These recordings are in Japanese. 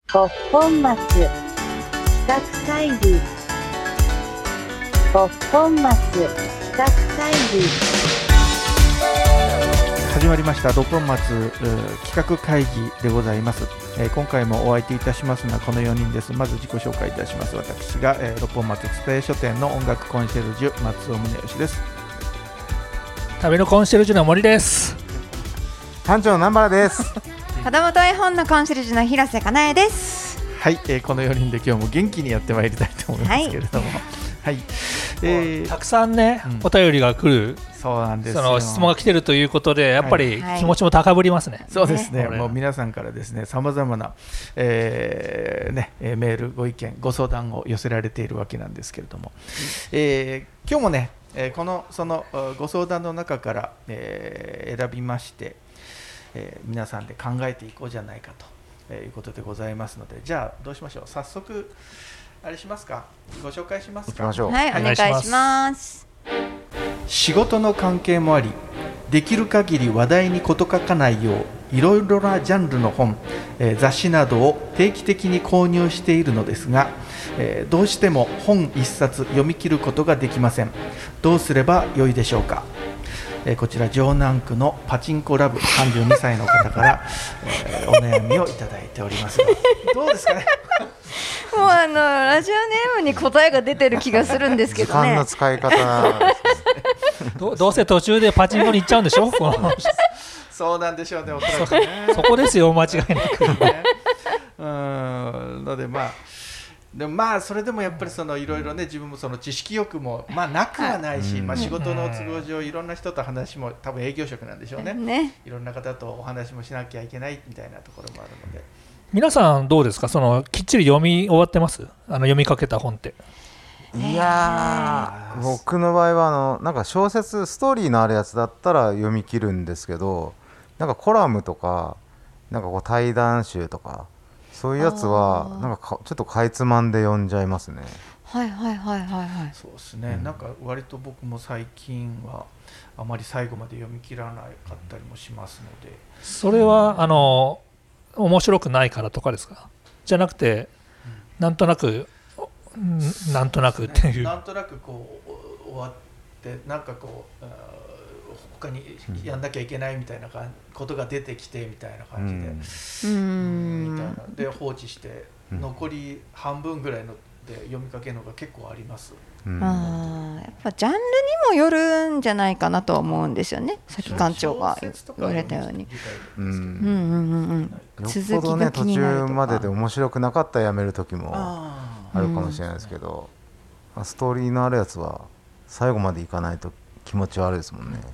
ごっぽん松企画会議ごっぽん松企画会議始まりました六本松企画会議でございます。今回もお相手いたしますのはこの4人です。まず自己紹介いたします。私が六本松蔦書店の音楽コンシェルジュ松尾宗義です。 旅のコンシェルジュの森です。 館長の南原です。 子供と絵本のコンシェルジュの広瀬かなえです。 はい、この4人で今日も元気にやってまいりたいと思いますけれども、はい、 たくさんね、お便りが来る、 そうなんですよ。 その質問が来てるということでやっぱり気持ちも高ぶりますね。 そうですね。もう皆さんからですね、さまざまな、メール、ご意見、ご相談を寄せられているわけなんですけれども、今日もね、そのご相談の中から、選びまして、皆さんで考えていこうじゃないかということでございますので、じゃあどうしましょう。早速あれしますか。ご紹介しますか。 はい、お願いします。 仕事の関係もあり、できる限り話題に事欠かないよういろいろなジャンルの本、雑誌などを定期的に購入しているのですが、どうしても本一冊読み切ることができません。どうすればよいでしょうか。こちら城南区のパチンコラブ32歳の方から、お悩みをいただいておりますが、どうですかね。 もうラジオネームに答えが出てる気がするんですけどね。 時間の使い方どうせ途中でパチンコに行っちゃうんでしょ。 そうなんでしょうね、おそらくね。 そこですよ、間違いなく、 ね、のででもそれでもやっぱりいろいろね、自分もその知識欲もなくはないし、仕事の都合上いろんな人と話も、多分営業職なんでしょうね。いろんな方とお話もしなきゃいけないみたいなところもあるので。 皆さんどうですか。きっちり読み終わってます。読みかけた本って。 いやー、僕の場合はなんか小説ストーリーのあるやつだったら読み切るんですけど、なんかコラムとかなんかこう対談集とかそういうやつはなんかちょっとかいつまんで読んじゃいますね。 はいはいはいはいはい。 そうですね、なんか割と僕も最近はあまり最後まで読み切らなかったりもしますので。 それは面白くないからとかですか。じゃなくて、なんとなくっていう、 なんとなくこう終わってなんかこう他にやんなきゃいけないみたいなことが出てきてみたいな感じで、みたいなで放置して残り半分ぐらいので読みかけるのが結構あります。 やっぱジャンルにもよるんじゃないかなとは思うんですよね。さっき館長が言われたように、 よっぽどね、途中までで面白くなかったらやめる時もあるかもしれないですけど、ストーリーのあるやつは最後までいかないと気持ち悪いですもんね。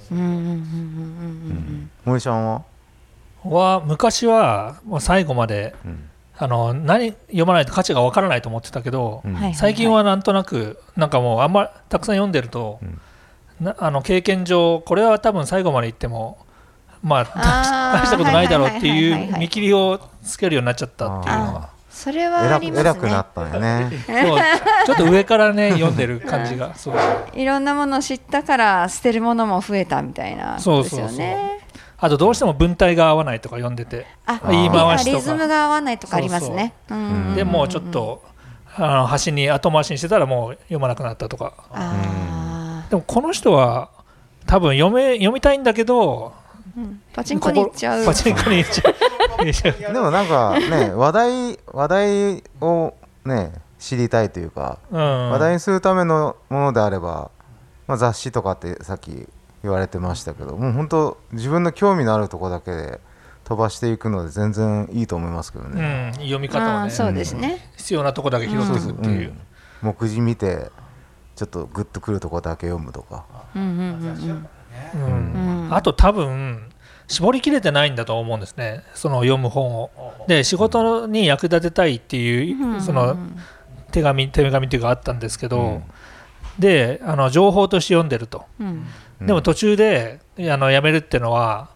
森ちゃんは昔はもう最後まで、何読まないと価値が分からないと思ってたけど、最近はなんとなくなんかもうあんまりたくさん読んでると、経験上これは多分最後までいっても大したことないだろうっていう見切りをつけるようになっちゃったっていうのは、 それはありますね。 偉くなったんよね。 ちょっと上からね読んでる感じがそういろんなものを知ったから捨てるものも増えたみたいなことですよね。 あとどうしても文体が合わないとか読んでて、言い回しとかリズムが合わないとかありますね。 でもうちょっと後回しにしてたらもう読まなくなったとか。でもこの人は多分読みたいんだけど、 パチンコに行っちゃう。 でもなんかね、話題をね知りたいというか、話題にするためのものであれば、雑誌とかってさっき言われてましたけど、もう本当自分の興味のあるところだけで飛ばしていくので全然いいと思いますけどね。 読み方はね、 そうですね。 必要なところだけ拾っていくっていう。 目次見てちょっとグッとくるところだけ読むとか。 あと多分絞りきれてないんだと思うんですね、その読む本を。で仕事に役立てたいっていうその手紙っていうのがあったんですけど、で情報として読んでると、でも途中でやめるっていうのは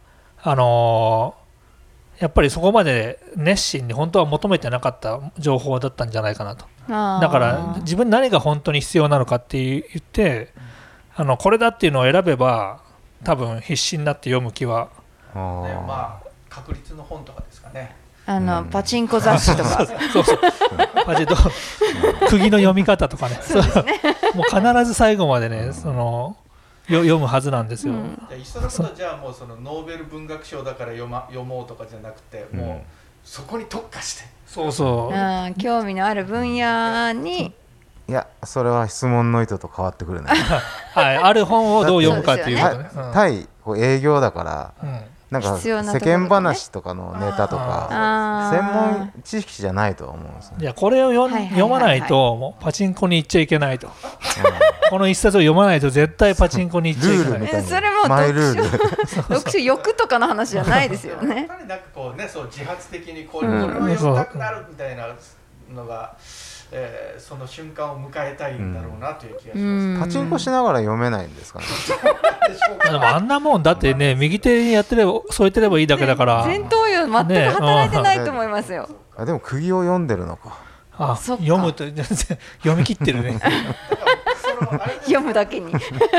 やっぱりそこまで熱心に本当は求めてなかった情報だったんじゃないかなと。だから自分に何が本当に必要なのかって言ってこれだっていうのを選べば多分必死になって読む気は、 確率の本とかですかね。 パチンコ雑誌とかそうパチンコ釘の読み方とかねもう必ず最後までね読むはずなんですよ。 いっそのことじゃあもうそのノーベル文学賞だから読もうとかじゃなくて、もうそこに特化してそう興味のある分野にいやそれは質問の意図と変わってくるねはい、ある本をどう読むかっていうことね。 対営業だから、なんか世間話とかのネタとか専門知識じゃないと思うんですよ。 いやこれを読まないともうパチンコに行っちゃいけないとこの一冊を読まないと絶対パチンコに行っちゃいけない。 ルールみたいなそれもマイルール読書欲とかの話じゃないですよね。 やっぱりなんかこうね、そう自発的にこれを読みたくなるみたいなのが、その瞬間を迎えたいんだろうなという気がします。 パチンコしながら読めないんですかねでもあんなもんだってね右手にやってれば添えてればいいだけだから前頭葉全く働いてないと思いますよ。 でも釘を読んでるのか。 読むと読み切ってるね読むだけに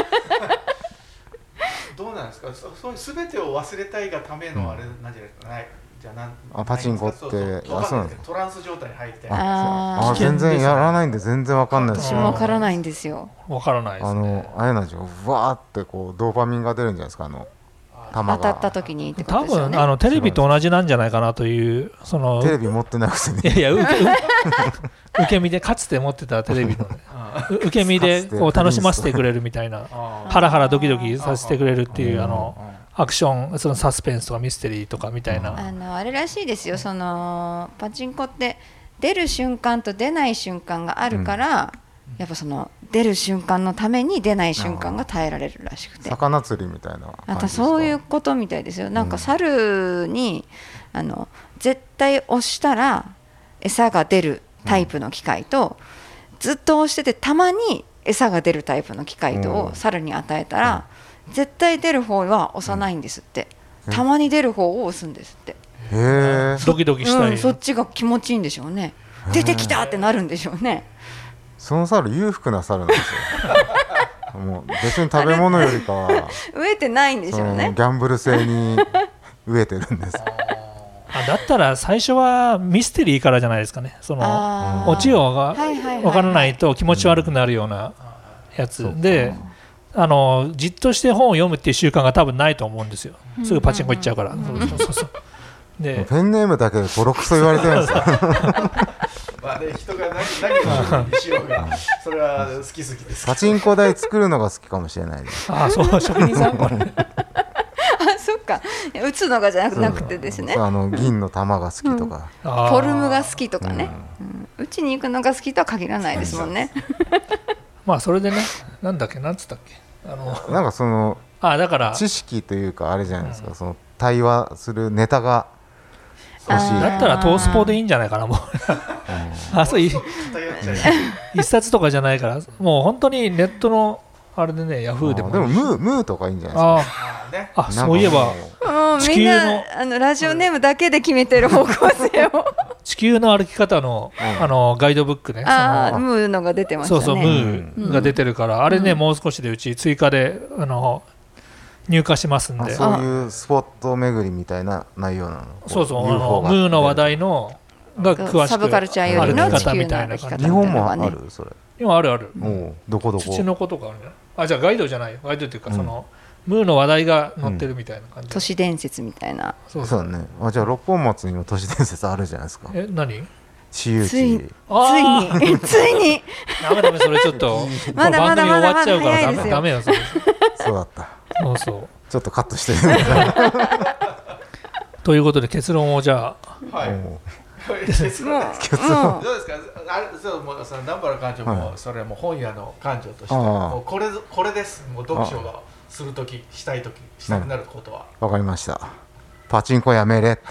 どうなんですか、そういう全てを忘れたいがためのあれなんじゃないですかね。じゃあパチンコってトランス状態に入って全然やらないんで全然わかんないです。 私もわからないんですよ。 わからないですね。 あれなんですよ、わーってこうドーパミンが出るんじゃないですか、玉が当たった時にってこと多ですよね。 分テレビと同じなんじゃないかなというテレビ持ってなくてねいや受け身でかつて持ってたテレビの、ね、受け身でこう楽しませてくれるみたいなハラハラドキドキさせてくれるっていうアクションそのサスペンスとかミステリーとかみたいなあれらしいですよ。そのパチンコって出る瞬間と出ない瞬間があるから、やっぱその出る瞬間のために出ない瞬間が耐えられるらしくて、 魚釣りみたいな感じですか。 そういうことみたいですよ。なんか猿に絶対押したら餌が出るタイプの機械と、ずっと押しててたまに餌が出るタイプの機械とを猿に与えたら、絶対出る方は押さないんですって、たまに出る方を押すんですって。 ドキドキしたい、 そっちが気持ちいいんでしょうね。出てきたってなるんでしょうね。 その猿裕福な猿なんですよもう別に食べ物よりかは飢えてないんでしょうね。 ギャンブル性に飢えてるんですだったら最初はミステリーからじゃないですかね。そのオチを分からないと気持ち悪くなるようなやつで、じっとして本を読むっていう習慣が多分ないと思うんですよ。すぐパチンコ行っちゃうから。 でペンネームだけでボロクソ言われてるんですよまあね、人が何をしようがそれは好きです。 パチンコ台作るのが好きかもしれないです。 そう職人さんこれそっか、打つのがじゃなくてですね、 銀の玉が好きとか、 フォルムが好きとかね、打ちに行くのが好きとは限らないですもんねまあそれでね、なんだっけ、なんつったっけ、 なんかそのだから知識というかあれじゃないですか、その対話するネタが欲しい。 だったらトースポでいいんじゃないかなもうそう一冊とかじゃないから、もう本当にネットのあれでね、ヤフーでもでもムーとかいいんじゃないですか。 そういえばみんなラジオネームだけで決めてる方向性を地球の歩き方のガイドブックね、 ムーのが出てましたね。 そうムーが出てるから、あれね、もう少しでうち追加で入荷しますんで。 そういうスポット巡りみたいな内容なの。 そうそう、ムーの話題のが詳しくサブカルチャーよりの地球の歩き方。 日本もあるそれ。 今あるある。 どこ土の子とかあるんじゃない。じゃあガイドじゃないよ、ガイドっていうかそのムーの話題が載ってるみたいな感じ。 都市伝説みたいな。 そうだね。じゃあ六本松にも都市伝説あるじゃないですか。 何？ 私有地。 ついにダメそれちょっとまだ番組終わっちゃうからダメよそれ。 そうだった。 そうちょっとカットしてということで結論をじゃあ、 結論どうですか。その南原館長もそれも本屋の館長としてもうこれです。もう読書がするときしたくなることは。 わかりました。パチンコやめれ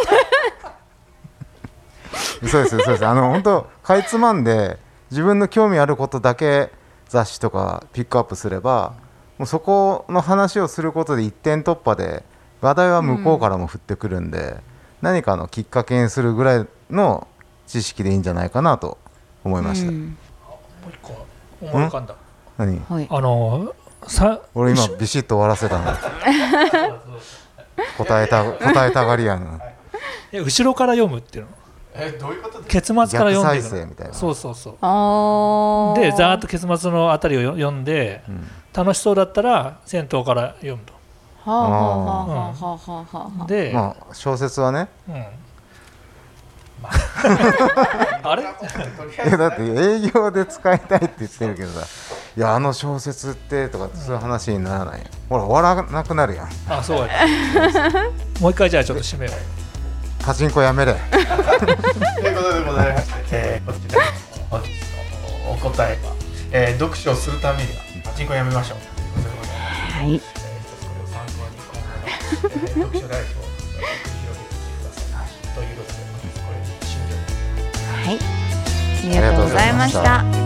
そうです本当かいつまんで自分の興味あることだけ雑誌とかピックアップすれば、もうそこの話をすることで一点突破で話題は向こうからも降ってくるんで、何かのきっかけにするぐらいの知識でいいんじゃないかなと思いました。 もう一個思い浮かんだ。 何？俺今ビシッと終わらせたの答えたがりやな。 後ろから読むっていうの。 どういうことですか？ 結末から読んでる。 逆再生みたいな。 そうそうそう。 あでざーっと結末のあたりを読んで、楽しそうだったら先頭から読むと。で、 まあ小説はね。 あれ？ だって営業で使いたいって言ってるけどさ、いや小説ってとかそういう話にならない。ほら終わらなくなるやん。 あ、そうや。もう一回じゃあちょっと締めよう。 パチンコやめれ。 ということでございまして、こちら本日のお答えは、読書をするためにはパチンコやめましょうということでございます。 はい。 一つこれを参考に今後の読書ライフを繰り広げていってくださいということで、これ終了です。 はい。ありがとうございました。